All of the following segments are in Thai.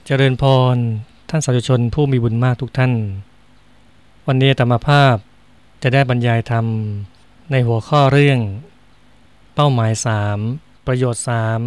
เจริญพรท่านสาธุชนผู้มีบุญมากทุกท่านวันนี้อาตมาภาพจะได้บรรยายธรรมในหัวข้อเรื่องเป้าหมาย3ประโยชน์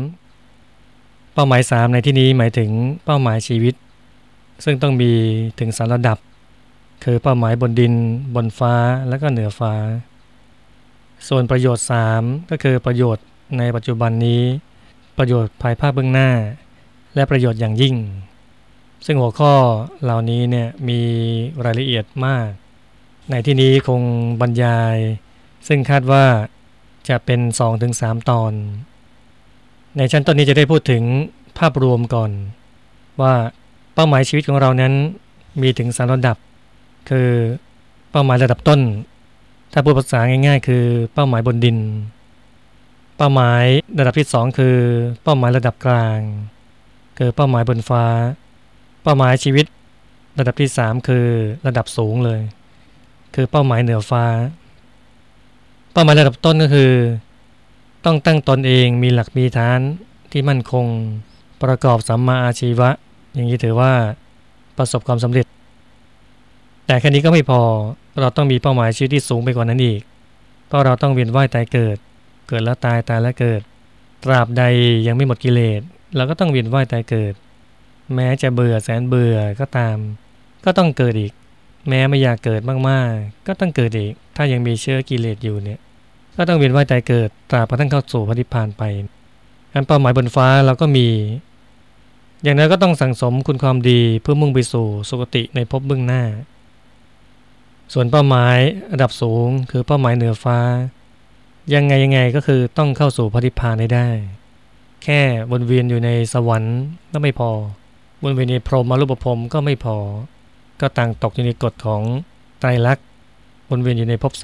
3เป้าหมาย3ในที่นี้หมายถึงเป้าหมายชีวิตซึ่งต้องมีถึง3ระดับคือเป้าหมายบนดินบนฟ้าและก็เหนือฟ้าส่วนประโยชน์3ก็คือประโยชน์ในปัจจุบันนี้ประโยชน์ภายภาคเบื้องหน้าและประโยชน์อย่างยิ่งซึ่งหัวข้อเหล่านี้เนี่ยมีรายละเอียดมากในที่นี้คงบรรยายซึ่งคาดว่าจะเป็น 2-3 ตอนในชั้นต้นนี้จะได้พูดถึงภาพรวมก่อนว่าเป้าหมายชีวิตของเรานั้นมีถึง3ระดับคือเป้าหมายระดับต้นถ้าพูดภาษาง่ายๆคือเป้าหมายบนดินเป้าหมายระดับที่2คือเป้าหมายระดับกลางคือเป้าหมายบนฟ้าเป้าหมายชีวิตระดับที่3คือระดับสูงเลยคือเป้าหมายเหนือฟ้าเป้าหมายระดับต้นก็คือต้องตั้งตนเองมีหลักมีฐานที่มั่นคงประกอบสัมมาอาชีวะอย่างนี้ถือว่าประสบความสำเร็จแต่แค่นี้ก็ไม่พอเราต้องมีเป้าหมายชีวิตที่สูงไปกว่านั้นอีกเพราะเราต้องเวียนว่ายตายเกิดเกิดแล้วตายตายแล้วเกิดตราบใดยังไม่หมดกิเลสเราก็ต้องเวียนว่ายตายเกิดแม้จะเบื่อแสนเบื่อก็ตามก็ต้องเกิดอีกแม้ไม่อยากเกิดมากๆก็ต้องเกิดอีกถ้ายังมีเชื้อกิเลสอยู่เนี่ยก็ต้องเวียนว่ายตายเกิดตราบกระทั่งเข้าสู่พระนิพพานไปอันเป้าหมายบนฟ้าเราก็มีอย่างนั้นก็ต้องสั่งสมคุณความดีเพื่อมุ่งไปสู่สุคติในภพเบื้องหน้าส่วนเป้าหมายระดับสูงคือเป้าหมายเหนือฟ้ายังไงก็คือต้องเข้าสู่พระนิพพานได้แค่วนเวียนอยู่ในสวรรค์ก็ไม่พอวนเวียนในพรหมอรูปพรหมก็ไม่พอก็ต่างตกอยู่ในกฎของไตรลักษณ์วนเวียนอยู่ในภพ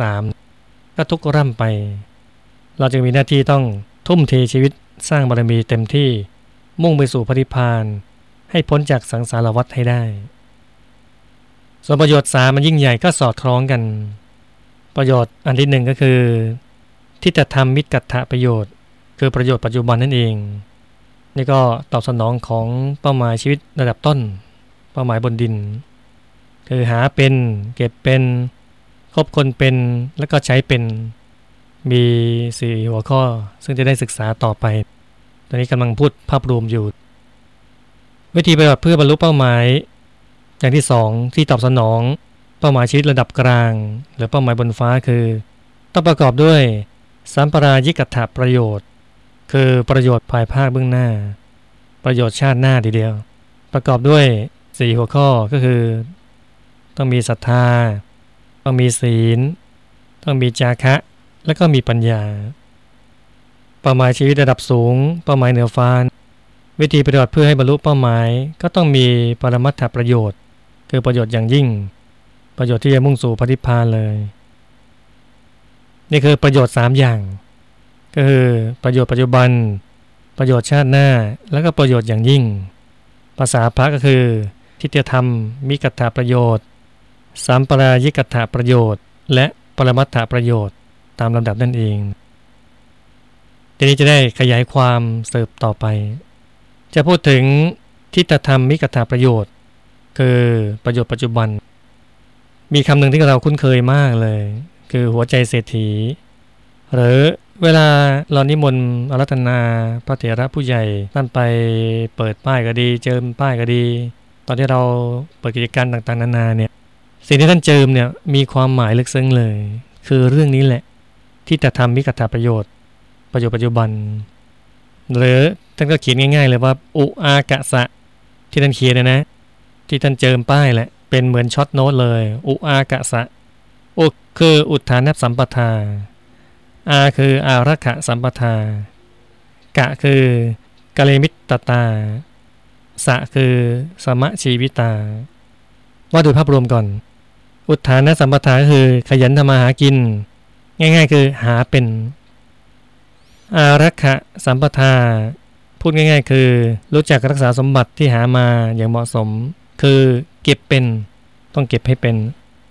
3ก็ทุกข์ร่ำไปเราจึงมีหน้าที่ต้องทุ่มเทชีวิตสร้างบารมีเต็มที่มุ่งไปสู่พระนิพพานให้พ้นจากสังสารวัฏให้ได้ส่วนประโยชน์3มันยิ่งใหญ่ก็สอดคล้องกันประโยชน์อันที่1ก็คือที่จะทำมิตรกัตถะประโยชน์คือประโยชน์ปัจจุบันนั่นเองนี่ก็ตอบสนองของเป้าหมายชีวิตระดับต้นเป้าหมายบนดินคือหาเป็นเก็บเป็นคบคนเป็นแล้วก็ใช้เป็นมี4หัวข้อซึ่งจะได้ศึกษาต่อไปตอนนี้กำลังพูดภาพรวมอยู่วิธีปฏิบัติเพื่อบรรลุเป้าหมายอย่างที่2ที่ตอบสนองเป้าหมายชีวิตระดับกลางหรือเป้าหมายบนฟ้าคือต้องประกอบด้วยสัมปรายิกัตถประโยชน์คือประโยชน์ภายภาคเบื้องหน้าประโยชน์ชาติหน้าทีเดียวประกอบด้วย4หัวข้อก็คือต้องมีศรัทธาต้องมีศีลต้องมีจาคะและก็มีปัญญาเป้าหมายชีวิตระดับสูงเป้าหมายเหนือฟ้าวิธีปฏิบัติเพื่อให้บรรลุเป้าหมายก็ต้องมีปรมัตถประโยชน์คือประโยชน์อย่างยิ่งประโยชน์ที่จะมุ่งสู่พระนิพพานเลยนี่คือประโยชน์3อย่างก็คือประโยชน์ปัจจุบันประโยชน์ชาติหน้าแล้วก็ประโยชน์อย่างยิ่งภาษาพระก็คือทิฏฐธรรมมิกัตถประโยชน์สัมปรายิกัตถประโยชน์และปรมัตถประโยชน์ตามลำดับนั่นเองทีนี้จะได้ขยายความเสิร์ฟต่อไปจะพูดถึงทิฏฐธรรมมิกัตถประโยชน์คือประโยชน์ปัจจุบันมีคำหนึ่งที่เราคุ้นเคยมากเลยคือหัวใจเศรษฐีหรือเวลาเรานิมนต์อาราธนาพระเถระผู้ใหญ่ท่านไปเปิดป้ายก็ดีเจิมป้ายก็ดีตอนที่เราเปิดกิจการต่างๆนานาเนี่ยสิ่งที่ท่านเจิมเนี่ยมีความหมายลึกซึ้งเลยคือเรื่องนี้แหละที่จะทำมิกัตถประโยชน์ประโยชน์ปัจจุบันหรือท่านก็เขียนง่ายๆเลยว่าอุอากะสะที่ท่านเขียนนะที่ท่านเจิมป้ายแหละเป็นเหมือนช็อตโน้ตเลยอุอากะสะอุคืออุทธานสัมปทาอาคืออารักขสัมปทากะคือกัลยาณมิตรตาสะคือสมะชีวิตาว่าโดยภาพรวมก่อนอุทธานสัมปทาคือขยันทำมาหากินง่ายๆคือหาเป็นอารักขสัมปทาพูดง่ายๆคือรู้จักรักษาสมบัติที่หามาอย่างเหมาะสมคือเก็บเป็นต้องเก็บให้เป็น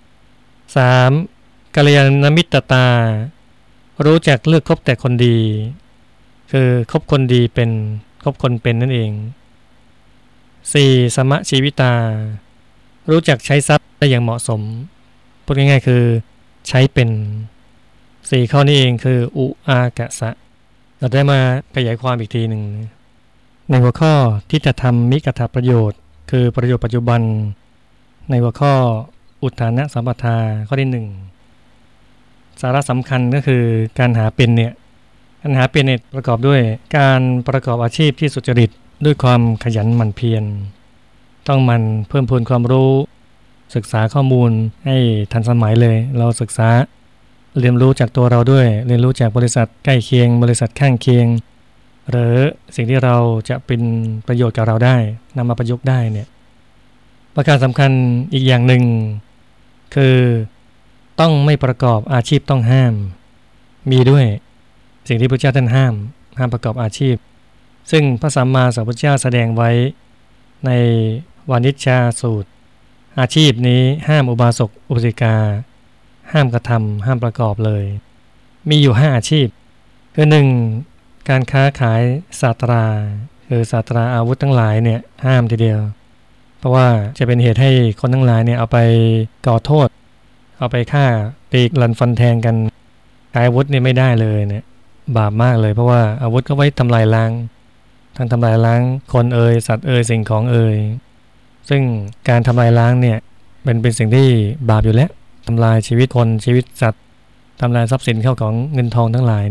3กัลยาณมิตรตารู้จักเลือกคบแต่คนดีคือคบคนดีเป็นคบคนเป็นนั่นเอง 4. สมชีวิตารู้จักใช้ทรัพย์ได้อย่างเหมาะสมพูดง่ายๆคือใช้เป็น4ข้อนี้เองคืออุอากะสะเราได้มาขยายความอีกทีหนึ่งในหัวข้อที่จะทำมิกถประโยชน์คือประโยชน์ปัจจุบันในหัวข้ออุทธานสัมปทาข้อที่1สาระสำคัญก็คือการหาเป็นเนี่ยการหาเป็นเนี่ยประกอบด้วยการประกอบอาชีพที่สุจริตด้วยความขยันหมั่นเพียรต้องมันเพิ่มพูนความรู้ศึกษาข้อมูลให้ทันสมัยเลยเราศึกษาเรียนรู้จากตัวเราด้วยเรียนรู้จากบริษัทใกล้เคียงบริษัทข้างเคียงหรือสิ่งที่เราจะเป็นประโยชน์กับเราได้นำมาประยุกต์ได้เนี่ยประการสำคัญอีกอย่างหนึ่งคือต้องไม่ประกอบอาชีพต้องห้ามมีด้วยสิ่งที่พระเจ้าท่านห้ามประกอบอาชีพซึ่งพระสัมมาสัมพุทธเจ้าแสดงไว้ในวานิชชาสูตรอาชีพนี้ห้ามอุบาสกอุบาสิกาห้ามกระทำห้ามประกอบเลยมีอยู่5อาชีพคือ1การค้าขายศาสตราคือศาสตราอาวุธทั้งหลายเนี่ยห้ามทีเดียวเพราะว่าจะเป็นเหตุให้คนทั้งหลายเนี่ยเอาไปก่อโทษเอาไปฆ่าตีรันฟันแทงกันขายอาวุธเนี่ยไม่ได้เลยเนี่ยบาปมากเลยเพราะว่าอาวุธก็ไว้ทำลายล้างทั้งทำลายล้างคนสัตว์สิ่งของซึ่งการทำลายล้างเนี่ยเป็นสิ่งที่บาปอยู่แล้วทำลายชีวิตคนชีวิตสัตว์ทำลายทรัพย์สินเข้าของเงินทองทั้งหลาย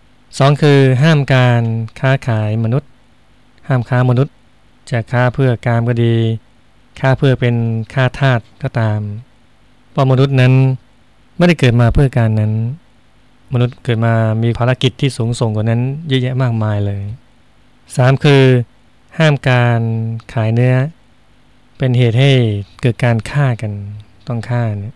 2คือห้ามการค้าขายมนุษย์ห้ามค้ามนุษย์จะค้าเพื่อการก็ดีค้าเพื่อเป็นค้าทาสก็ตามเพราะมนุษย์นั้นไม่ได้เกิดมาเพื่อการนั้นมนุษย์เกิดมามีภารกิจที่สูงส่งกว่านั้นเยอะแยะมากมายเลย3คือห้ามการขายเนื้อเป็นเหตุให้เกิดการฆ่ากันต้องฆ่าเนี่ย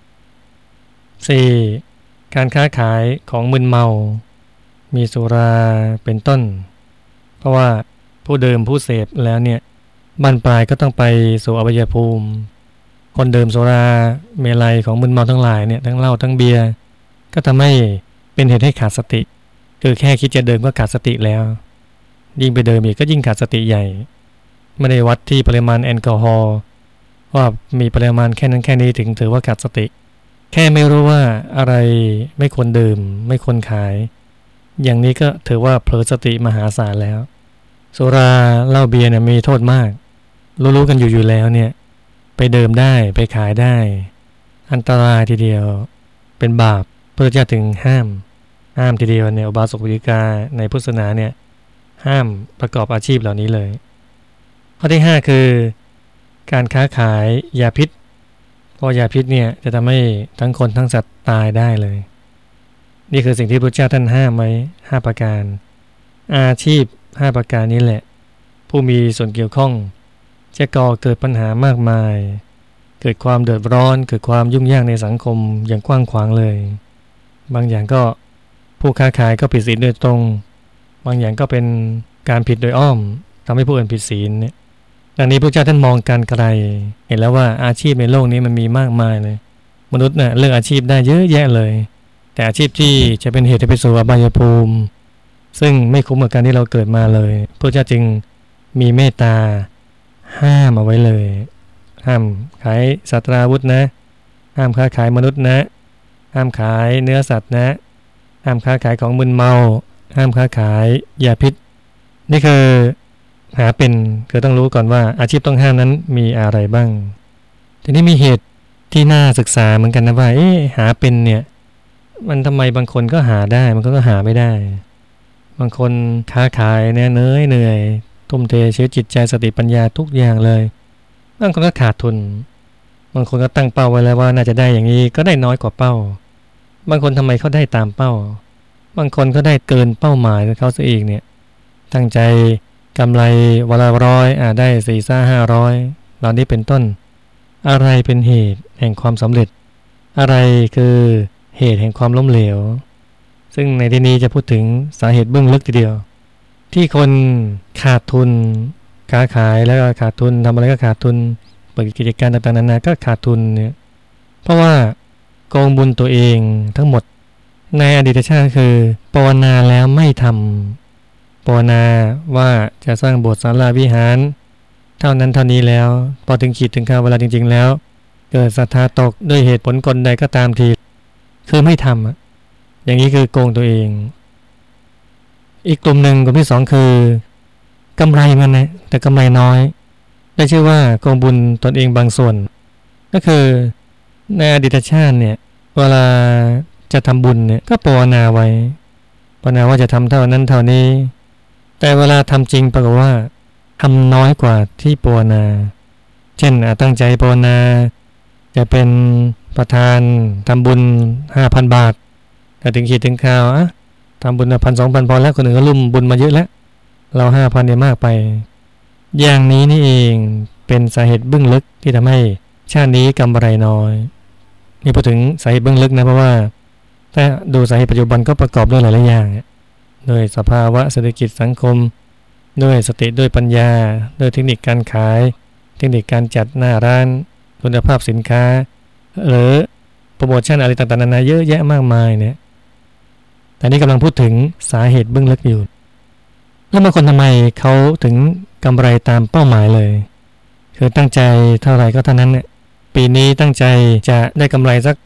4. การค้าขายของมึนเมามีสุราเป็นต้นเพราะว่าผู้ดื่มผู้เสพแล้วเนี่ยบั้นปลายก็ต้องไปสู่อบายภูมิคนดื่มสุราเมลัยของมึนเมาทั้งหลายเนี่ยทั้งเหล้าทั้งเบียร์ก็ทำให้เป็นเหตุให้ขาดสติคือแค่คิดจะดื่มก็ขาดสติแล้วยิ่งไปดื่มอีกก็ยิ่งขาดสติใหญ่ไม่ได้วัดที่ปริมาณแอลกอฮอล์ว่ามีปริมาณแค่นั้นแค่นี้ถึงถือว่าขาดสติแค่ไม่รู้ว่าอะไรไม่ควรดื่มไม่ควรขายอย่างนี้ก็ถือว่าเผลอสติมหาศาลแล้วสุราเหล้าเบียร์เนี่ยมีโทษมากรู้กันอยู่แล้วเนี่ยไปดื่มได้ไปขายได้อันตรายทีเดียวเป็นบาปพระเจ้าถึงห้ามทีเดียวเนี่ยอุบาสกอุบาสิกาในพุทธศาสนาเนี่ยห้ามประกอบอาชีพเหล่านี้เลยข้อที่5คือการค้าขายยาพิษเพราะยาพิษเนี่ยจะทำให้ทั้งคนทั้งสัตว์ตายได้เลยนี่คือสิ่งที่พระเจ้าท่านห้ามไว้5ประการอาชีพ5ประการนี้แหละผู้มีส่วนเกี่ยวข้องจะก่อเกิดปัญหามากมายเกิดความเดือดร้อนเกิดความยุ่งยากในสังคมอย่างกว้างขวางเลยบางอย่างก็ผู้ค้าขายก็ผิดศีลโดยตรงบางอย่างก็เป็นการผิดโดยอ้อมทำให้ผู้อื่นผิดศีลเนี่ยดังนี้พระเจ้าท่านมองการไกลเห็นแล้วว่าอาชีพในโลกนี้มันมีมากมายเลยมนุษย์เนี่ยเลือกอาชีพได้เยอะแยะเลยแต่อาชีพที่จะเป็นเหตุให้ไปสู่อบายภูมิซึ่งไม่คุ้มกับการที่เราเกิดมาเลยพระเจ้าจึงมีเมตตาห้ามเอาไว้เลยห้ามขายสัตราวุธนะห้ามค้าขายมนุษย์นะห้ามขายเนื้อสัตว์นะห้ามค้าขายของมึนเมาห้ามค้าขายยาพิษนี่คือหาเป็นคือต้องรู้ก่อนว่าอาชีพต้องห้ามนั้นมีอะไรบ้างทีนี้มีเหตุที่น่าศึกษาเหมือนกันนะว่าหาเป็นเนี่ยมันทำไมบางคนก็หาได้บางคนก็หาไม่ได้บางคนค้าขายเนี่ยเหนื่อยทุ่มเทชีวิตจิตใจสติปัญญาทุกอย่างเลยบางคนก็ขาดทุนบางคนก็ตั้งเป้าไว้แล้วว่าน่าจะได้อย่างนี้ก็ได้น้อยกว่าเป้าบางคนทำไมเขาได้ตามเป้าบางคนก็ได้เกินเป้าหมายของเขาซะอีกเนี่ยตั้งใจกำไรวันละ100ได้4-500เหล่านี้เป็นต้นอะไรเป็นเหตุแห่งความสำเร็จอะไรคือเหตุแห่งความล้มเหลวซึ่งในที่นี้จะพูดถึงสาเหตุเบื้องลึกทีเดียวที่คนขาดทุนค้าขายแล้วก็ขาดทุนทำอะไรก็ขาดทุนเปิดกิจการต่างๆนานาก็ขาดทุนเนี่ยเพราะว่าโกงบุญตัวเองทั้งหมดในอดีตชาติคือภาวนาแล้วไม่ทำภาวนาว่าจะสร้างโบสถ์ศาลาวิหารเท่านั้นเท่านี้แล้วพอถึงขีดถึงคราวเวลาจริงๆแล้วเกิดศรัทธาตกด้วยเหตุผลกลใดก็ตามทีคือไม่ทำอย่างนี้คือโกงตัวเองอีกกลุ่มหนึ่งกลุ่มที่สองคือกำไรมันนะแต่กำไรน้อยได้ชื่อว่าโกงบุญตนเองบางส่วนก็คือในอดีตชาติเนี่ยเวลาจะทำบุญเนี่ยก็ภาวนาไว้ภาวนาว่าจะทำเท่านั้นเท่านี้แต่เวลาทำจริงปรากฏว่าทำน้อยกว่าที่ภาวนาเช่นตั้งใจภาวนาจะเป็นประธานทำบุญ 5,000 บาทแต่ถึงขีดถึงคราวทำบุญ 1,000-2,000 พอแล้วคนอื่นก็ลุ่มบุญมาเยอะแล้วเรา 5,000 เนี่ยมากไปอย่างนี้นี่เองเป็นสาเหตุเบื้องลึกที่ทำให้ชาตินี้กำไรน้อยนี่พูดถึงสาเหตุเบื้องลึกนะเพราะว่าถ้าดูสาเหตุปัจจุบันก็ประกอบด้วยหลายๆอย่างด้วยสภาวะเศรษฐกิจสังคมด้วยสติด้วยปัญญาด้วยเทคนิคการขายเทคนิคการจัดหน้าร้านคุณภาพสินค้าหรือโปรโมชั่นอะไรต่างๆนานาเยอะแยะมากมายเนี่ยแต่นี่กำลังพูดถึงสาเหตุเบื้องลึกอยู่แล้วบางคนทำไมเขาถึงกำไรตามเป้าหมายเลยคือตั้งใจเท่าไหร่ก็เท่านั้นเนี่ยปีนี้ตั้งใจจะได้กำไรสัก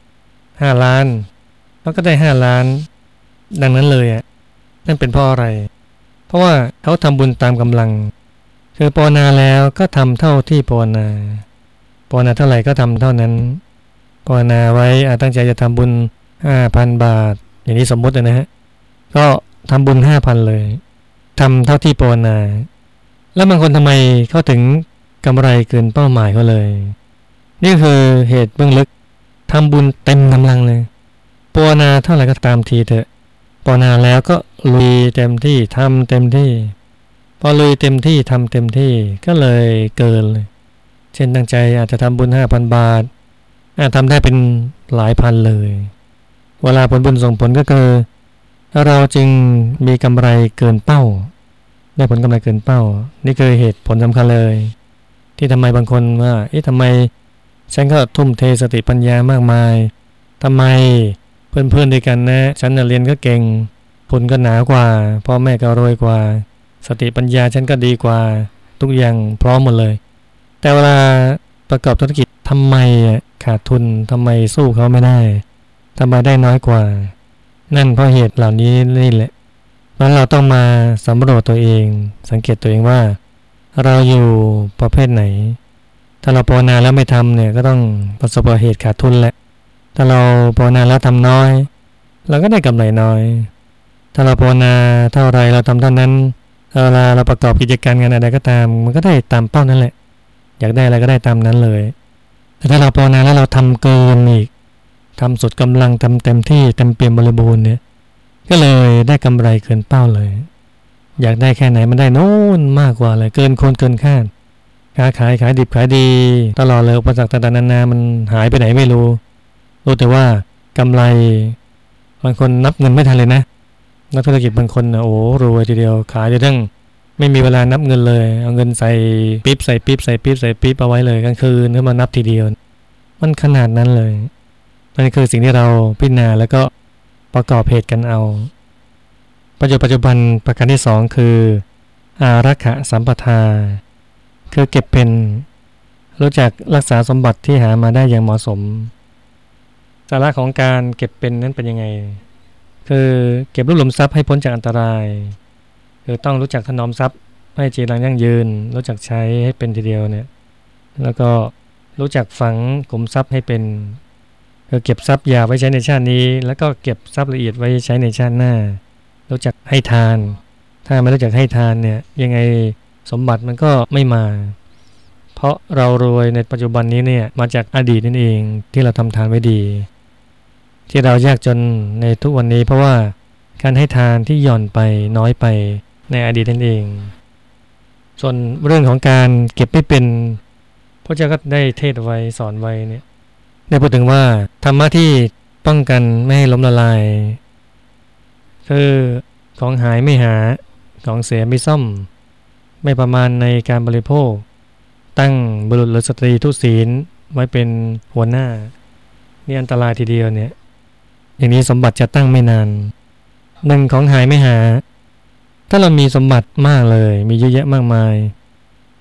5 ล้านแล้วก็ได้5 ล้านดังนั้นเลยนั่นเป็นเพราะอะไรเพราะว่าเขาทำบุญตามกำลังคือภาวนาแล้วก็ทำเท่าที่ภาวนาเท่าไหร่ก็ทำเท่านั้นภาวนาไว้ตั้งใจจะทำบุญ 5,000 บาทอย่างนี้สมมตินะฮะก็ทำบุญ 5,000 เลยทำเท่าที่ภาวนาแล้วบางคนทำไมเขาถึงกำไรเกินเป้าหมายเขาเลยนี่คือเหตุเบื้องลึกทำบุญเต็มกำลังเลยภาวนาเท่าไหร่ก็ตามทีเถอะภาวนาแล้วก็ลุยเต็มที่ทำเต็มที่พอลุยเต็มที่ทำเต็มที่ก็เลยเกินเลยเช่นตั้งใจอาจจะทำบุญ 5,000 บาททำได้เป็นหลายพันเลยเวลาผลบุญส่งผลก็คือเราจึงมีกำไรเกินเป้าได้ผลกำไรเกินเป้านี่คือเหตุผลสำคัญเลยที่ทำไมบางคนว่าทำไมฉันก็ทุ่มเทสติปัญญามากมายทำไมเพื่อนๆด้วยกันนะฉันเรียนก็เก่งผลก็หนากว่าพ่อแม่ก็รวยกว่าสติปัญญาฉันก็ดีกว่าทุกอย่างพร้อมหมดเลยแต่เวลาประกอบธุรกิจทำไมขาดทุนทำไมสู้เขาไม่ได้ทำไมได้น้อยกว่านั่นเพราะเหตุเหล่านี้นี่แหละเพราะเราต้องมาสำรวจตัวเองสังเกตตัวเองว่าเราอยู่ประเภทไหนถ้าเราภาวนาแล้วไม่ทำเนี่ยก็ต้องประสบเหตุขาดทุนแหละถ้าเราภาวนาแล้วทำน้อยเราก็ได้กำไรน้อยถ้าเราภาวนาเท่าไรเราทำเท่านั้นเวลาเราประกอบกิจการงานอะไรก็ตามมันก็ได้ตามเป้านั่นแหละอยากได้อะไรก็ได้ตามนั้นเลยแต่ถ้าเราภาวนาแล้วเราทำเกินอีกทำสุดกำลังทำเต็มที่เต็มเปี่ยมบริบูรณ์เนี่ยก็เลยได้กำไรเกินเป้าเลยอยากได้แค่ไหนมันได้โน้นมากกว่าเลยเกินคนเกินคาดค้าขายดิบขายดีตลอดเลยอุปสรรคต่างๆนานามันหายไปไหนไม่รู้แต่ว่ากำไรบางคนนับเงินไม่ทันเลยนะนักธุรกิจบางคนโอ้รวยทีเดียวขายจนทั้งไม่มีเวลานับเงินเลยเอาเงินใส่ปิ๊บใส่ปิ๊บใส่ปิ๊บใส่ปิ๊บเอาไว้เลยกลางคืนแล้วมานับทีเดียวมันขนาดนั้นเลยนั่นคือสิ่งที่เราพิจารณาแล้วก็ประกอบเหตุกันเอาปัจจุบันประการที่2คืออารักขสัมปทาคือเก็บเป็นรู้จักรักษาสมบัติที่หามาได้อย่างเหมาะสมสาระของการเก็บเป็นนั้นเป็นยังไงคือเก็บรวบรวมทรัพย์ให้พ้นจากอันตรายคือต้องรู้จักถนอมทรัพย์ให้จีรังยั่งยืนรู้จักใช้ให้เป็นทีเดียวเนี่ยแล้วก็รู้จักฝังกลุ่มทรัพย์ให้เป็นคือเก็บทรัพย์หยาบไว้ใช้ในชาตินี้แล้วก็เก็บทรัพย์ละเอียดไว้ใช้ในชาติหน้ารู้จักให้ทานถ้าไม่รู้จักให้ทานเนี่ยยังไงสมบัติมันก็ไม่มาเพราะเรารวยในปัจจุบันนี้เนี่ยมาจากอดีตนั่นเองที่เราทำทานไว้ดีที่เรายากจนในทุกวันนี้เพราะว่าการให้ทานที่หย่อนไปน้อยไปในอดีตนั่นเองส่วนเรื่องของการเก็บไม่เป็นพระเจ้าก็ได้เทศไว้สอนไว้เนี่ยได้พูดถึงว่าธรรมะที่ป้องกันไม่ให้ล้มละลายคือของหายไม่หาของเสียไม่ซ่อมไม่ประมาณในการบริโภคตั้งบุรุษหรือสตรีทุศีลไว้เป็นหัวหน้านี่อันตรายทีเดียวเนี่ยอย่างนี้สมบัติจะตั้งไม่นานหนึ่งของหายไม่หาถ้าเรามีสมบัติมากเลยมีเยอะแยะมากมาย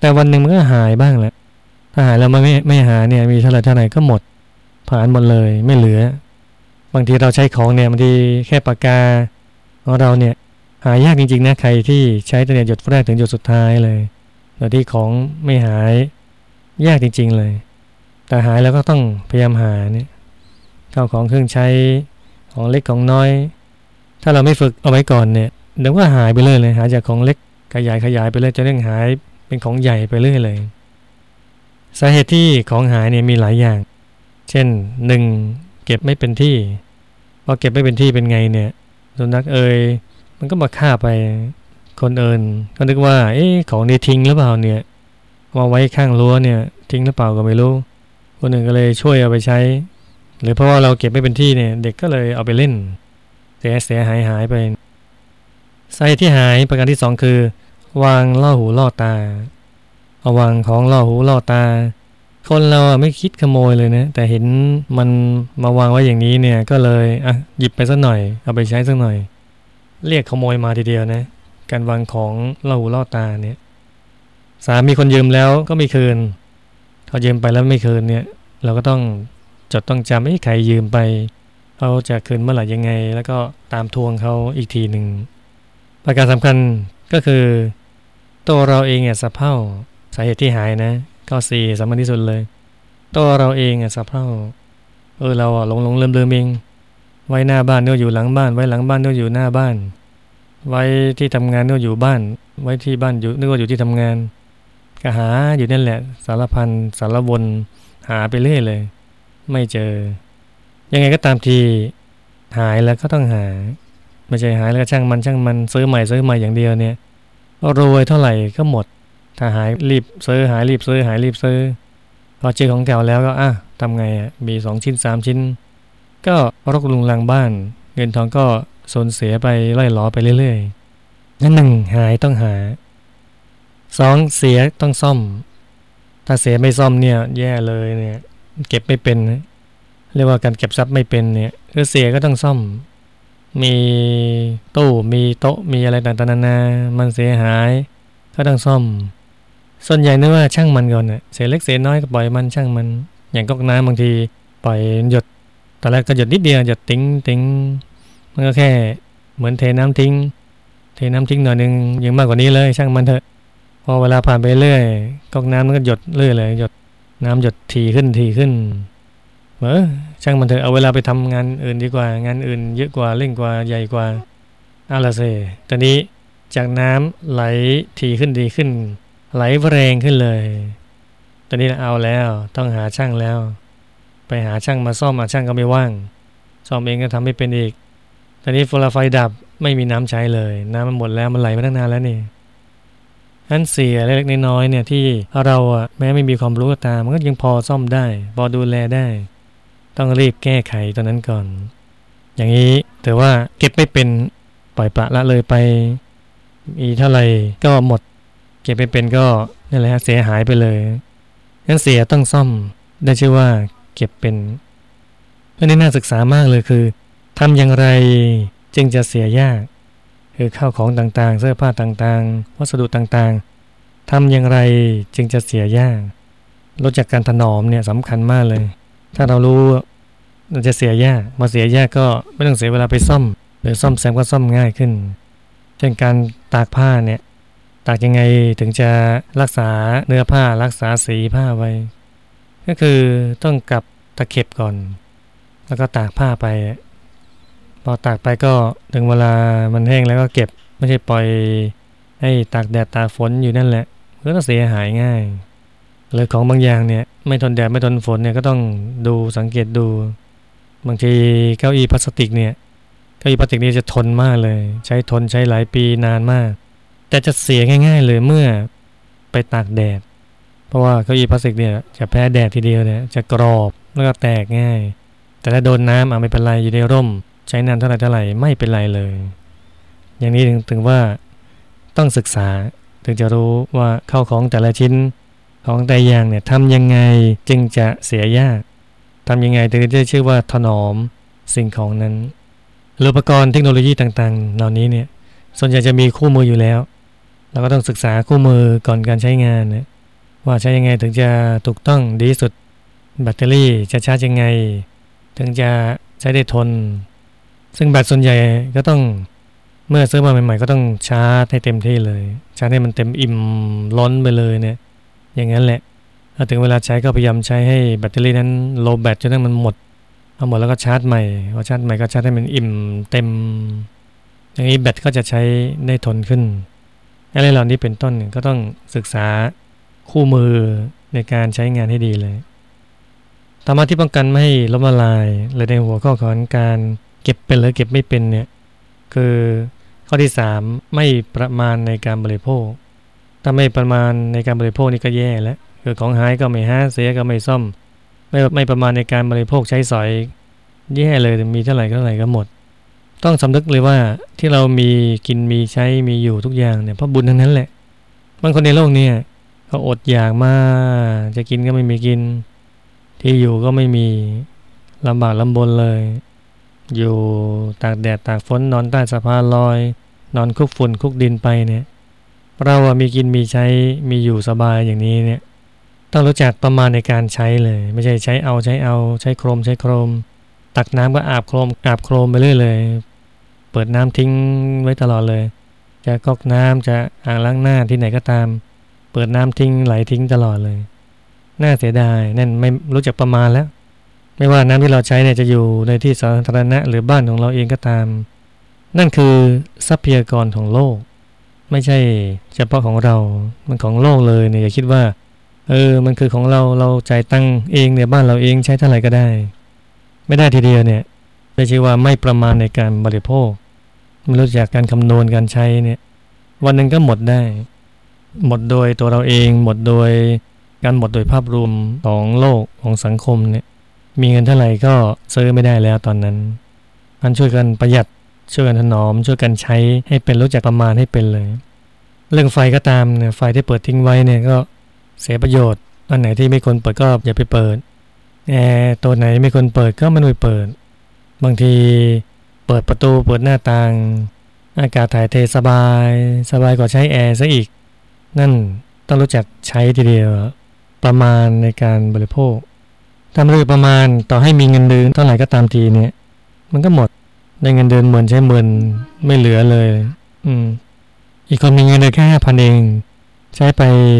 แต่วันหนึ่งมันก็หายบ้างแหละถ้าหายแล้วมันไม่หาเนี่ยมีเท่าไหร่ก็หมดผ่านหมดเลยไม่เหลือบางทีเราใช้ของเนี่ยบางทีแค่ปากกาของเราเนี่ยหายากจริงๆนะใครที่ใช้ตั้งแต่หยดแรกถึงหยดสุดท้ายเลยโดยที่ของไม่หายยากจริงๆเลยแต่หายแล้วก็ต้องพยายามหาเนี่ยเข้าของเครื่องใช้ของเล็กของน้อยถ้าเราไม่ฝึกเอาไว้ก่อนเนี่ยเดี๋ยวก็หายไปเลยหายจากของเล็กขยายไปเลยจนเรื่องหายเป็นของใหญ่ไปเรื่อยเลยสาเหตุที่ของหายเนี่ยมีหลายอย่างเช่น1เก็บไม่เป็นที่พอเก็บไม่เป็นที่เป็นไงเนี่ยสุนัขมันก็มาฆ่าไปคนอื่นก็นึกว่าของนี้ทิ้งหรือเปล่าเนี่ยมาไว้ข้างรั้วเนี่ยทิ้งหรือเปล่าก็ไม่รู้คนอื่นก็เลยช่วยเอาไปใช้หรือเพราะว่าเราเก็บไม่เป็นที่เนี่ยเด็กก็เลยเอาไปเล่นเสียหายไปสาเหตุที่หายประการที่2คือวางล่อหูล่อตาเอาวางของล่อหูล่อตาคนเราไม่คิดขโมยเลยนะแต่เห็นมันมาวางไว้อย่างนี้เนี่ยก็เลยหยิบไปสักหน่อยเอาไปใช้สักหน่อยเรียกขโมยมาทีเดียวนะการวางของล่อหูล่อตาเนี่ยสามีคนยืมแล้วก็ไม่คืนเขายืมไปแล้วไม่คืนเนี่ยเราก็ต้องจดต้องจำใครยืมไปเขาจะคืนเมื่อไหร่ยังไงแล้วก็ตามทวงเขาอีกทีหนึ่งประการสำคัญก็คือตัวเราเองสะเพร่าสาเหตุที่หายนะข้อ4สำคัญที่สุดเลยตัวเราเองสะเพร่าเราหลงลืมเองไว้หน้าบ้านเนี่ยอยู่หลังบ้านไว้หลังบ้านเนี่ยอยู่หน้าบ้านไว้ที่ทำงานเนี่ยอยู่บ้านไว้ที่บ้านอยู่นึกว่าอยู่ที่ทำงานก็หาอยู่นั่นแหละสารพันสารวนหาไปเรื่อยเลยไม่เจอยังไงก็ตามทีหายแล้วก็ต้องหาไม่ใช่หายแล้วก็ช่างมันซื้อใหม่อย่างเดียวเนี่ยรวยเท่าไหร่ก็หมดถ้าหายรีบซื้อหายรีบซื้อพอเจอของเก่าแล้วก็ทำไงมี2ชิ้น3ชิ้นก็รกรุงรังบ้านเงินทองก็สูญเสียไปล่อยหลอไปเรื่อยๆนั่น1หายต้องหา2เสียต้องซ่อมถ้าเสียไม่ซ่อมเนี่ยแย่เลยเนี่ยเก็บไม่เป็นเรียกว่าการเก็บทรัพย์ไม่เป็นเนี่ยคือเสียก็ต้องซ่อมมีตู้มีโต๊ะมีอะไรต่างๆนานามันเสียหายก็ต้องซ่อมส่วนใหญ่นึกว่าช่างมันก่อนเสียเล็กเสียน้อยก็ปล่อยมันช่างมันอย่างก๊อกน้ำบางทีปล่อยหยดตอนแรกก็หยดนิดเดียวหยดติ้งมันก็แค่เหมือนเทน้ำทิ้งหน่อยนึงยังมากกว่านี้เลยช่างมันเถอะพอเวลาผ่านไปเรื่อยก๊อกน้ำมันก็หยดเรื่อยเลยหยดน้ำหยดถี่ขึ้นช่างมันเถอะเอาเวลาไปทำงานอื่นดีกว่างานอื่นเยอะกว่าเร่งกว่าใหญ่กว่าเอาละสิตอนนี้จากน้ำไหลถี่ขึ้นดีขึ้นไหลแรงขึ้นเลยตอนนี้เอาแล้วต้องหาช่างแล้วไปหาช่างมาซ่อมช่างก็ไม่ว่างซ่อมเองก็ทำไม่เป็นอีกตอนนี้ไฟดับไม่มีน้ำใช้เลยน้ำมันหมดแล้วมันไหลมาตั้งนานแล้วนี่งั้นเสียเล็กๆน้อยๆเนี่ยที่เราแม้ไม่มีความรู้ก็ตามมันก็ยังพอซ่อมได้พอดูแลได้ต้องรีบแก้ไขตอนนั้นก่อนอย่างนี้ถือว่าเก็บไม่เป็นปล่อยปละละเลยไปมีเท่าไหร่ก็หมดเก็บไม่เป็นก็นั่นแหละเสียหายไปเลยงั้นเสียต้องซ่อมได้ชื่อว่าเก็บเป็นอันนี้น่าศึกษามากเลยคือทำอย่างไรจึงจะเสียยากคือข้าวของต่างๆเสื้อผ้าต่างๆวัสดุต่างๆทำอย่างไรจึงจะเสียยากรู้จักการถนอมเนี่ยสำคัญมากเลยถ้าเรารู้มันจะเสียยากมาเสียยากก็ไม่ต้องเสียเวลาไปซ่อมหรือซ่อมแซมก็ซ่อมง่ายขึ้นเช่นการตากผ้าเนี่ยตากยังไงถึงจะรักษาเนื้อผ้ารักษาสีผ้าไว้ก็คือต้องกลับตะเข็บก่อนแล้วก็ตากผ้าไปพอตากไปก็ถึงเวลามันแห้งแล้วก็เก็บไม่ใช่ปล่อยให้ตากแดดตากฝนอยู่นั่นแหละก็ต้องเสียหายง่ายหรือของบางอย่างเนี่ยไม่ทนแดดไม่ทนฝนเนี่ยก็ต้องดูสังเกตดูบางทีเก้าอี้พลาสติกเนี่ยเก้าอี้พลาสติกนี่จะทนมากเลยใช้หลายปีนานมากแต่จะเสียง่ายๆเลยเมื่อไปตากแดดเพราะว่าเก้าอี้พลาสติกเนี่ยจะแพ้แดดทีเดียวเนี่ยจะกรอบแล้วก็แตกง่ายแต่ถ้าโดนน้ำไม่เป็นไรอยู่ในร่มใช้นานเท่าไหร่ไม่เป็นไรเลยอย่างนี้ถึงว่าต้องศึกษาถึงจะรู้ว่าเข้าของแต่ละชิ้นของแต่อย่างเนี่ยทำยังไงจึงจะเสียยากทำยังไงถึงจะชื่อว่าถนอมสิ่งของนั้นอุปกรณ์เทคโนโลยีต่างๆเหล่านี้เนี่ยส่วนใหญ่จะมีคู่มืออยู่แล้วเราก็ต้องศึกษาคู่มือก่อนการใช้งานเนี่ยว่าใช้ยังไงถึงจะถูกต้องดีสุดแบตเตอรี่จะชาร์จยังไงถึงจะใช้ได้ทนซึ่งแบตส่วนใหญ่ก็ต้องเมื่อซื้อมาใหม่ๆก็ต้องชาร์จให้เต็มที่เลยชาร์จให้มันเต็มอิ่มล้นไปเลยเนี่ยอย่างนั้นแหละพอถึงเวลาใช้ก็พยายามใช้ให้แบตเตอรี่นั้นโลแบตจนทั้งมันหมดเอาหมดแล้วก็ชาร์จใหม่พอชาร์จใหม่ก็ชาร์จให้มันอิ่มเต็มอย่างนี้แบตก็จะใช้ได้ทนขึ้นอะไรเหล่านี้เป็นต้นก็ต้องศึกษาคู่มือในการใช้งานให้ดีเลยธรรมะที่ป้องกันไม่ให้ล้มละลายเลยในหัวข้อของการเก็บเป็นหรือเก็บไม่เป็นเนี่ยคือข้อที่3ไม่ประมาณในการบริโภคถ้าไม่ประมาณในการบริโภคนี่ก็แย่แล้วคือของหายก็ไม่หาเสียก็ไม่ซ่อมไม่ประมาณในการบริโภคใช้สอยแย่เลยมีเท่าไหร่ก็หมดต้องสำนึกเลยว่าที่เรามีกินมีใช้มีอยู่ทุกอย่างเนี่ยเพราะบุญทั้งนั้นแหละบางคนในโลกนี้เขาอดอยากมากจะกินก็ไม่มีกินที่อยู่ก็ไม่มีลำบากลำบนเลยอยู่ตากแดดตากฝนนอนใต้สะพานลอยนอนคุกฝุ่นคุกดินไปเนี่ยเรามีกินมีใช้มีอยู่สบายอย่างนี้เนี่ยต้องรู้จักประมาณในการใช้เลยไม่ใช่ใช้โครมตักน้ำก็อาบโครมไปเรื่อยเลยเปิดน้ำทิ้งไว้ตลอดเลยจะก๊อกน้ำจะอ่างล้างหน้าที่ไหนก็ตามเปิดน้ำทิ้งไหลทิ้งตลอดเลยน่าเสียดายนั่นไม่รู้จักประมาณแล้วไม่ว่าน้ำที่เราใช้เนี่ยจะอยู่ในที่สาธารณะหรือบ้านของเราเองก็ตามนั่นคือทรัพยากรของโลกไม่ใช่เฉพาะของเรามันของโลกเลยเนี่ยอย่าคิดว่ามันคือของเราจ่ายตังค์เองเนี่ยบ้านเราเองใช้เท่าไหร่ก็ได้ไม่ได้ทีเดียวเนี่ยไม่ใช่ว่าไม่ประมาณในการบริโภคไม่รู้จักการคำนวณการใช้เนี่ยวันหนึ่งก็หมดได้หมดโดยตัวเราเองหมดโดยการหมดโดยภาพรวมของโลกของสังคมเนี่ยมีเงินเท่าไหร่ก็ซื้อไม่ได้แล้วตอนนั้นมันช่วยกันประหยัดช่วยกันถนอมช่วยกันใช้ให้เป็นรู้จักประมาณให้เป็นเลยเรื่องไฟก็ตามเนี่ยไฟที่เปิดทิ้งไว้เนี่ยก็เสียประโยชน์อันไหนที่ไม่ควรเปิดก็อย่าไปเปิดแอร์ตัวไหนไม่ควรเปิดก็ไม่ควรเปิดบางทีเปิดประตูเปิดหน้าต่างอากาศถ่ายเทสบายกว่าใช้แอร์ซะอีกนั่นต้องรู้จักใช้ทีเดียวประมาณในการบริโภคถ้าไม่รู้ประมาณต่อให้มีเงินเดือนเท่าไหร่ก็ตามทีเนี่ยมันก็หมดได้เงินเดือน10,000ใช้10,000ไม่เหลือเลยอีกคนมีเงินเดือนแค่5,000เองใช้ไป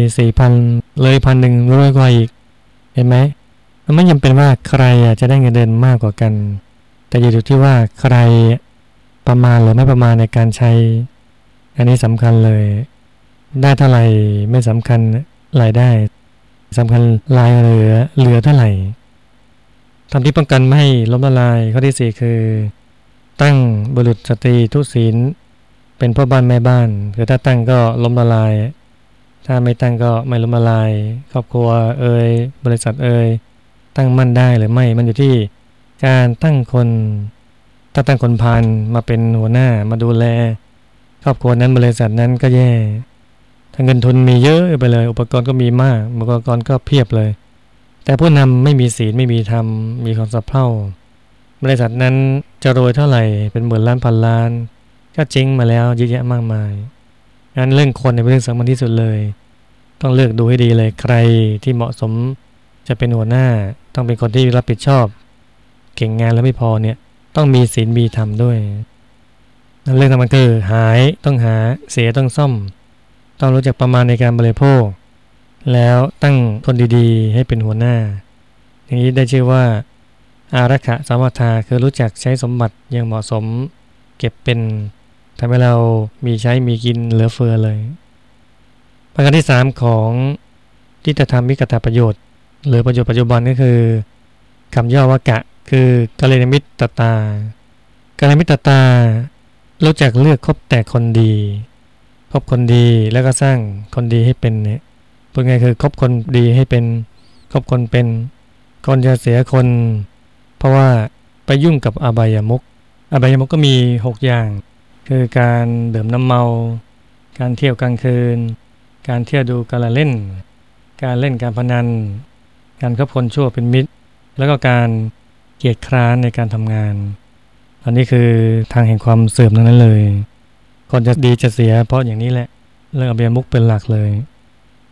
4,000 เลย 1,100 รวยกว่าอีกเห็นไหมมันไม่จำเป็นว่าใครจะได้เงินเดือนมากกว่ากันแต่อยู่ที่ว่าใครประมาณหรือไม่ประมาณในการใช้อันนี้สำคัญเลยได้เท่าไหร่ไม่สำคัญรายได้สำคัญรายเหลือเท่าไหร่ทำที่ป้องกันไม่ให้ล้มละลายข้อที่4คือตั้งบุรุษสตรีทุศีลเป็นพ่อบ้านแม่บ้านคือถ้าตั้งก็ล้มละลายถ้าไม่ตั้งก็ไม่ล้มละลายครอบครัวบริษัทตั้งมั่นได้หรือไม่มันอยู่ที่การตั้งคนถ้าตั้งคนพาลมาเป็นหัวหน้ามาดูแลครอบครัวนั้นบริษัทนั้นก็แย่ถ้าเงินทุนมีเยอะไปเลยอุปกรณ์ก็มีมากอุปกรณ์ก็เพียบเลยแต่ผู้นำไม่มีศีลไม่มีธรรมมีความสะเพร่าบริษัทนั้นจะรวยเท่าไหร่เป็นหมื่นล้านพันล้านก็เจ๊งมาแล้วเยอะแยะมากมายงั้นเรื่องคนเป็นเรื่องสำคัญที่สุดเลยต้องเลือกดูให้ดีเลยใครที่เหมาะสมจะเป็นหัวหน้าต้องเป็นคนที่รับผิดชอบเก่งงานแล้วไม่พอเนี่ยต้องมีศีลมีธรรมด้วยเรื่องสำคัญคือหายต้องหาเสียต้องซ่อมต้องรู้จักประมาณในการบริโภคแล้วตั้งคนดีๆให้เป็นหัวหน้าอย่างนี้ได้ชื่อว่าอารักขะสัมปทาคือรู้จักใช้สมบัติอย่างเหมาะสมเก็บเป็นทำให้เรามีใช้มีกินเหลือเฟือเลยประการที่3ของทิฏฐธรรมวิกตประโยชน์หรือประโยชน์ปัจจุบันก็คือคำย่อว่ากะคือกัลยาณมิตรตากัลยาณมิตรตารู้จักเลือกคบแต่คนดีคบคนดีแล้วก็สร้างคนดีให้เป็นเนี่ยพูดง่ายคือคบคนดีให้เป็นคบคนเป็นคนจะเสียคนเพราะว่าไปยุ่งกับอบายมุขก็มี6อย่างคือการดื่มน้ำเมาการเที่ยวกลางคืนการเที่ยวดูการละเล่นการเล่นการพนันการคบคนชั่วเป็นมิตรแล้วก็การเกียจคร้านในการทำงานอันนี้คือทางแห่งความเสื่อมทั้งนั้นเลยคนจะดีจะเสียเพราะอย่างนี้แหละเรื่องอบายมุขเป็นหลักเลย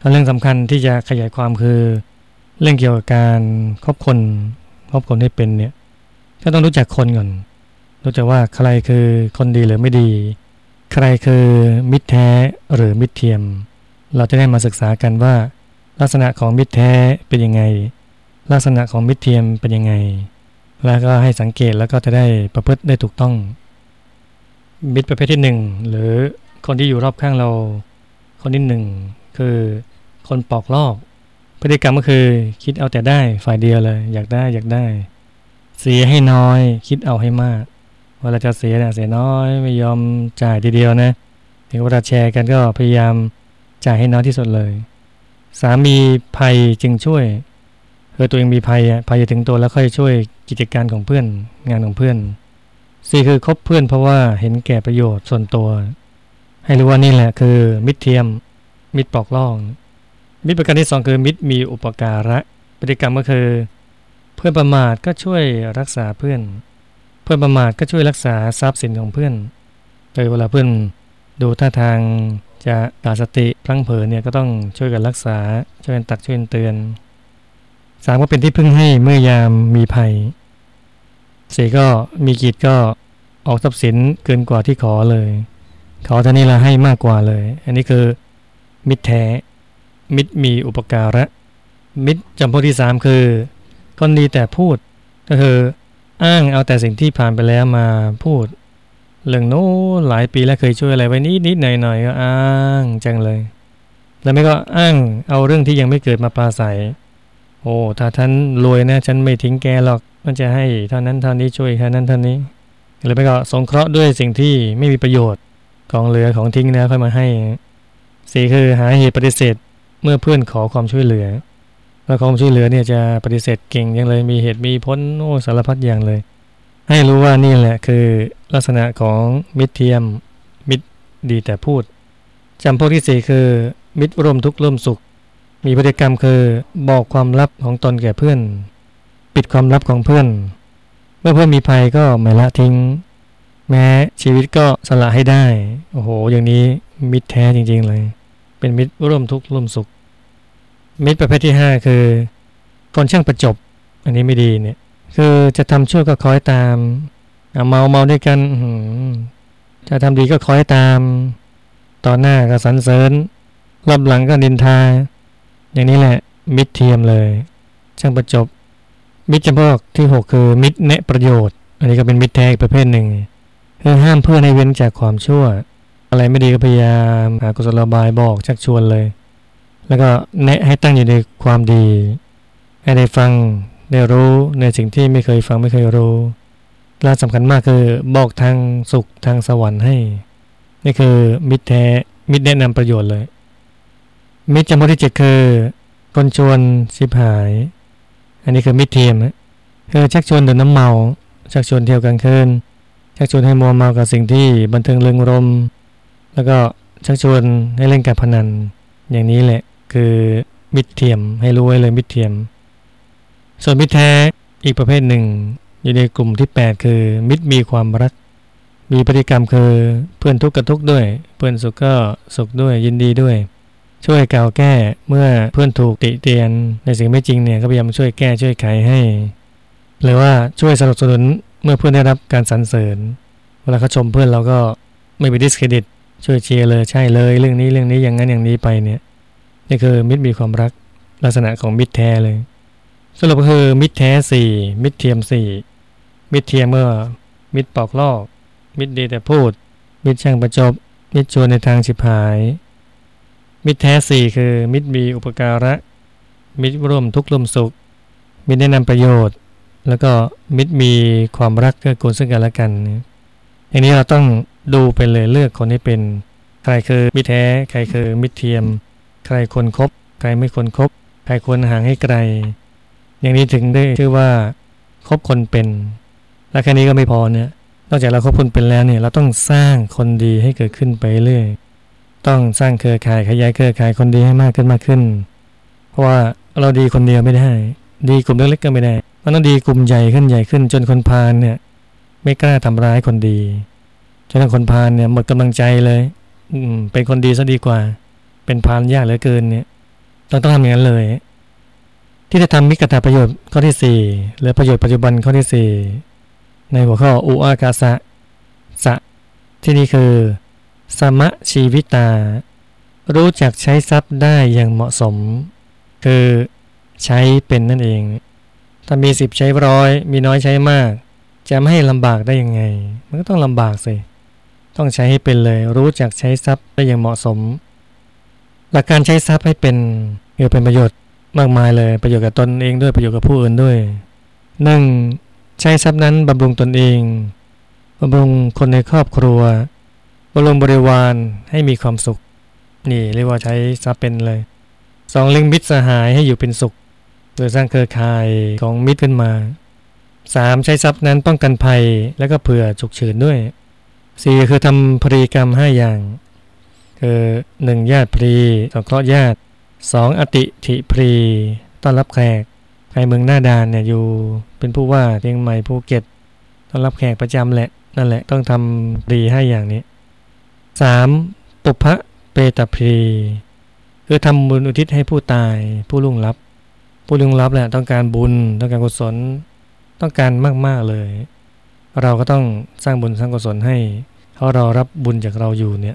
เรื่องสำคัญที่จะขยายความคือเรื่องเกี่ยวกับการคบคนให้เป็นเนี่ยก็ต้องรู้จักคนก่อนรู้จักว่าใครคือคนดีหรือไม่ดีใครคือมิตรแท้หรือมิตรเทียมเราจะได้มาศึกษากันว่าลักษณะของมิตรแท้เป็นยังไงลักษณะของมิตรเทียมเป็นยังไงแล้วก็ให้สังเกตแล้วก็จะได้ประพฤติได้ถูกต้องมิตรประเภทที่หนึ่งหรือคนที่อยู่รอบข้างเราคนที่หนึ่งคือคนปอกลอกพฤติกรรมก็คือคิดเอาแต่ได้ฝ่ายเดียวเลยอยากได้เสียให้น้อยคิดเอาให้มากเวลาจะเสียเนี่ยเสียน้อยไม่ยอมจ่ายทีเดียวนะถึงเวลาแชร์กันก็พยายามจ่ายให้น้อยที่สุดเลยสามีภัยจึงช่วยตัวเองมีภัยจะถึงตัวแล้วค่อยช่วยกิจการของเพื่อนงานของเพื่อนสี่คือคบเพื่อนเพราะว่าเห็นแก่ประโยชน์ส่วนตัวให้รู้ว่านี่แหละคือมิตรเทียมมิตรปอกลอกมิตรประการที่สองคือมิตรมีอุปการะพฤติกรรมก็คือเพื่อนประมาทก็ช่วยรักษาเพื่อนประมาทก็ช่วยรักษาทรัพย์สินของเพื่อนโดยเวลาเพื่อนดูท่าทางจะขาดสติพลั้งเผลอเนี่ยก็ต้องช่วยกันรักษาช่วยกันตักช่วยกันเตือนสามก็เป็นที่พึ่งให้เมื่อยามมีภัยสี่ก็มีกิจก็ออกทรัพย์สินเกินกว่าที่ขอเลยขอเท่านี้ละให้มากกว่าเลยอันนี้คือมิตรแท้มิตรมีอุปการะมิตรจำพวกที่สามคือคนดีแต่พูดก็คืออ้างเอาแต่สิ่งที่ผ่านไปแล้วมาพูดเรื่องโน้หลายปีแล้วเคยช่วยอะไรไว้นิดหน่อยก็อ้างจังเลยแล้วไม่ก็อ้างเอาเรื่องที่ยังไม่เกิดมาปราศัยโอ้ถ้าท่านรวยนะฉันไม่ทิ้งแกหรอกมันจะให้เท่านั้นเท่านี้ช่วยแค่นั้นเท่านี้หรือไม่ก็สงเคราะห์ด้วยสิ่งที่ไม่มีประโยชน์ของเหลือของทิ้งนะค่อยมาให้สี่คือหาเหตุปฏิเสธเมื่อเพื่อนขอความช่วยเหลือแล้วความช่วยเหลือเนี่ยจะปฏิเสธเก่งยังเลยมีเหตุมีผลโอ้สารพัดอย่างเลยให้รู้ว่านี่แหละคือลักษณะของมิตรเทียมมิตรดีแต่พูดจำพวกที่สี่คือมิตรร่วมทุกข์ร่วมสุขมีพฤติกรรมคือบอกความลับของตนแก่เพื่อนปิดความลับของเพื่อนเมื่อเพื่อนมีภัยก็ไม่ละทิ้งแม้ชีวิตก็สละให้ได้โอ้โหอย่างนี้มิตรแท้จริงๆเลยเป็นมิตรร่วมทุกข์ร่วมสุขมิตรประเภทที่ห้าคือคนช่างประจบอันนี้ไม่ดีเนี่ยคือจะทำชั่วก็คอยตามเมาด้วยกันจะทำดีก็คอยตามตอนหน้าก็สรรเสริญรอบหลังก็นินทาอย่างนี้แหละมิตรเทียมเลยช่างประจบมิตรจำพวกที่หกคือมิตรแนะประโยชน์อันนี้ก็เป็นมิตรแท้อีกประเภทหนึ่งคือห้ามเพื่อนให้เว้นจากความชั่วอะไรไม่ดีก็พยายามหากุศโลบายบอกชักชวนเลยแล้วก็แนะให้ตั้งอยู่ในความดีให้ได้ฟังได้รู้ในสิ่งที่ไม่เคยฟังไม่เคยรู้และสำคัญมากคือบอกทางสุขทางสวรรค์ให้นี่คือมิตรแท้มิตรแนะนำประโยชน์เลยมิตรจำพวกที่เจ็ดคือคนชวนชิบหายอันนี้คือมิตรเทียมคือชักชวนดื่มน้ำเมาชักชวนเที่ยวกลางคืนชักชวนให้มัวเมากับสิ่งที่บันเทิงเริงรมแล้วก็ชักชวนให้เล่นการพนันอย่างนี้แหละคือมิตรเทียมให้รู้ไว้เลยมิตรเทียมส่วนมิตรแท้อีกประเภทหนึ่งอยู่ในกลุ่มที่8คือมิตรมีความรักมีพฤติกรรมคือเพื่อนทุกข์ก็ทุกข์ด้วยเพื่อนสุขก็สุขด้วยยินดีด้วยช่วยกล่าวแก้เมื่อเพื่อนถูกติเตียนในสิ่งไม่จริงเนี่ยก็พยายามช่วยแก้ช่วยไขให้หรือว่าช่วยสนับสนุนเมื่อเพื่อนได้รับการสรรเสริญเวลาเขาชมเพื่อนเราก็ไม่ไปดิสเครดิตช่วยเชียร์เลยใช่เลยเรื่องนี้อย่างนั้นอย่างนี้ไปเนี่ยนี่คือมิตรมีความรักลักษณะของมิตรแท้เลยสรุปก็คือมิตรแท้4มิตรเทียม4มิตรเทียมเมื่อมิตรปอกลอกมิตรดีแต่พูดมิตรช่างประจบมิตรชวนในทางฉิบหายมิตรแท้4คือมิตรมีอุปการะมิตรร่วมทุกข์ร่วมสุขมิตรแนะนำประโยชน์แล้วก็มิตรมีความรักเกื้อกูลซึ่งกันและกันอย่างนี้เราต้องดูไปเลยเลือกคนให้เป็นใครคือมิตรแท้ใครคือมิตรเทียมใครควรคบใครไม่ควรคบใครควรห่างให้ไกลอย่างนี้ถึงได้ชื่อว่าคบคนเป็นและแค่นี้ก็ไม่พอเนี่ยนอกจากเราคบคนเป็นแล้วเนี่ยเราต้องสร้างคนดีให้เกิดขึ้นไปเรื่อยต้องสร้างเครือข่ายขยายเครือข่ายคนดีให้มากขึ้นเพราะว่าเราดีคนเดียวไม่ได้ดีกลุ่มเล็กๆก็ไม่ได้มันต้องดีกลุ่มใหญ่ขึ้นจนคนพาลเนี่ยไม่กล้าทำร้ายคนดีจนคนพาลเนี่ยหมดกำลังใจเลยเป็นคนดีซะดีกว่าเป็นพาลยากเหลือเกินเนี่ยต้องทำอย่างนั้นเลยที่จะทำมิกตาประโยชน์ข้อที่4หรือประโยชน์ปัจจุบันข้อที่4ในหัวข้ออุอากาสะสะที่นี่คือสมะชีวิตารู้จักใช้ทรัพย์ได้อย่างเหมาะสมคือใช้เป็นนั่นเองถ้ามี10ใช้100มีน้อยใช้มากจะไม่ให้ลำบากได้ยังไงมันก็ต้องลำบากสิต้องใช้ให้เป็นเลยรู้จักใช้ทรัพย์ได้อย่างเหมาะสมหลักการใช้ทรัพย์ให้เป็นเป็นประโยชน์มากมายเลยประโยชน์กับตนเองด้วยประโยชน์กับผู้อื่นด้วย1ใช้ทรัพย์นั้นบำรุงตนเองบำรุงคนในครอบครัวบำรุงบริวารให้มีความสุขนี่เรียกว่าใช้ทรัพย์เป็นเลย2เลี้ยงมิตรสหายให้อยู่เป็นสุขโดยสร้างเครือข่ายของมิตรขึ้นมา3ใช้ทรัพย์นั้นป้องกันภัยแล้วก็เผื่อฉุกเฉินด้วย4คือทำพรีกรรม5อย่างคือ1ญาติพรีสงเคราะห์ญาติ2อติถิพรีต้อนรับแขกใครเมืองหน้าด่านเนี่ยอยู่เป็นผู้ว่าเชียงใหม่ภูเก็ตต้อนรับแขกประจำแหละนั่นแหละต้องทำพรี5อย่างนี้3ปุพพะเปตพรีคือทำบุญอุทิศให้ผู้ตายผู้ล่วงลับแหละต้องการบุญต้องการกุศลต้องการมากๆเลยเราก็ต้องสร้างบุญสร้างกุศลให้เขารอรับบุญจากเราอยู่เนี่ย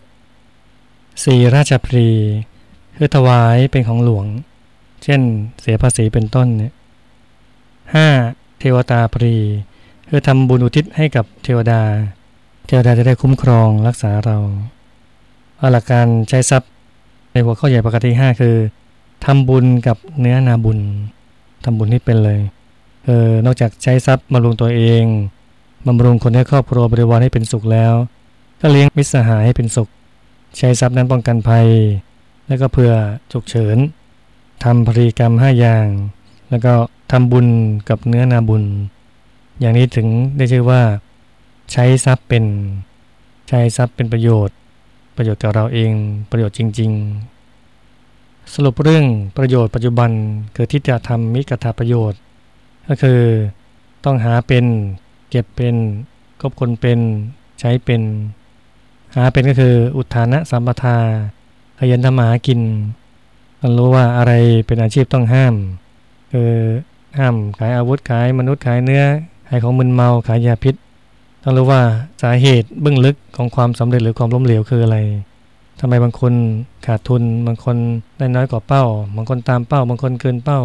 4ราชพรีคือถวายเป็นของหลวงเช่นเสียภาษีเป็นต้นเนี่ย5เทวตาพรีคือทำบุญอุทิศให้กับเทวดาจะได้คุ้มครองรักษาเราหลักการใช้ทรัพย์ในหัวข้อใหญ่ประการที่5คือทำบุญกับเนื้อนาบุญทำบุญให้เป็นเลยนอกจากใช้ทรัพย์บำรุงตัวเองบำรุงคนในครอบครัวบริวารให้เป็นสุขแล้วก็เลี้ยงมิตรสหายให้เป็นสุขใช้ทรัพย์นั้นป้องกันภัยแล้วก็เพื่อฉุกเฉินทำพรีกรรม5อย่างแล้วก็ทำบุญกับเนื้อนาบุญอย่างนี้ถึงได้ชื่อว่าใช้ทรัพย์เป็นประโยชน์กับเราเองประโยชน์จริงๆสรุปเรื่องประโยชน์ปัจจุบันคือที่จะทำมิกตาประโยชน์ก็คือต้องหาเป็นเก็บเป็นคบคนเป็นใช้เป็นหาเป็นก็คืออุทานะสัมปทาขยันทำมาหากินต้องรู้ว่าอะไรเป็นอาชีพต้องห้ามคือห้ามขายอาวุธขายมนุษย์ขายเนื้อขายของมึนเมาขายยาพิษต้องรู้ว่าสาเหตุเบื้องลึกของความสำเร็จหรือความล้มเหลวคืออะไรทำไมบางคนขาดทุนบางคนได้น้อยกว่าเป้าบางคนตามเป้าบางคนเกินเป้า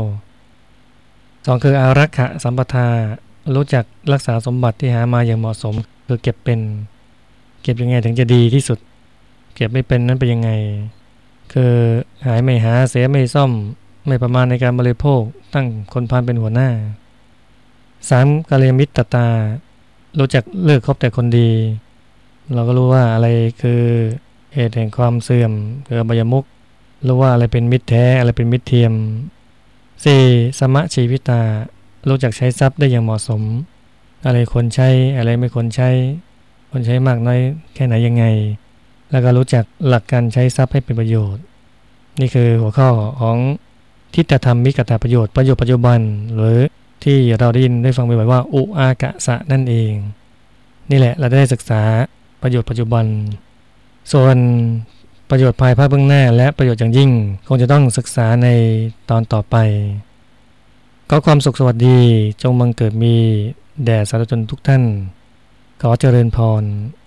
2คืออารักขะสัมปทารู้จักรักษาสมบัติที่หามาอย่างเหมาะสมคือเก็บยังไงถึงจะดีที่สุดเก็บไม่เป็นนั้นเป็นยังไงคือหายไม่หาเสียไม่ซ่อมไม่ประมาณในการบริโภคตั้งคนพาลเป็นหัวหน้า3กัลยาณมิตรตารู้จักเลือกคบแต่คนดีเราก็รู้ว่าอะไรคือเหตุแห่งความเสื่อมคืออบายมุขรู้ว่าอะไรเป็นมิตรแท้อะไรเป็นมิตรเทียม4สมะชีวิตารู้จักใช้ทรัพย์ได้อย่างเหมาะสมอะไรควรใช้อะไรไม่ควรใช้มากน้อยแค่ไหนยังไงแล้วก็รู้จักหลักการใช้ทรัพย์ให้เป็นประโยชน์นี่คือหัวข้อของทิฏฐธรรมมิกตาประโยชน์ปัจจุบันหรือที่เราได้ยินได้ฟังบ่อยๆว่าอุอากะสะนั่นเองนี่แหละเราได้ศึกษาประโยชน์ปัจจุบันส่วนประโยชน์ภายภาคเบื้องหน้าและประโยชน์อย่างยิ่งคงจะต้องศึกษาในตอนต่อไปขอความสุขสวัสดีจงบังเกิดมีแด่สาธุชนทุกท่านขอเจริญพร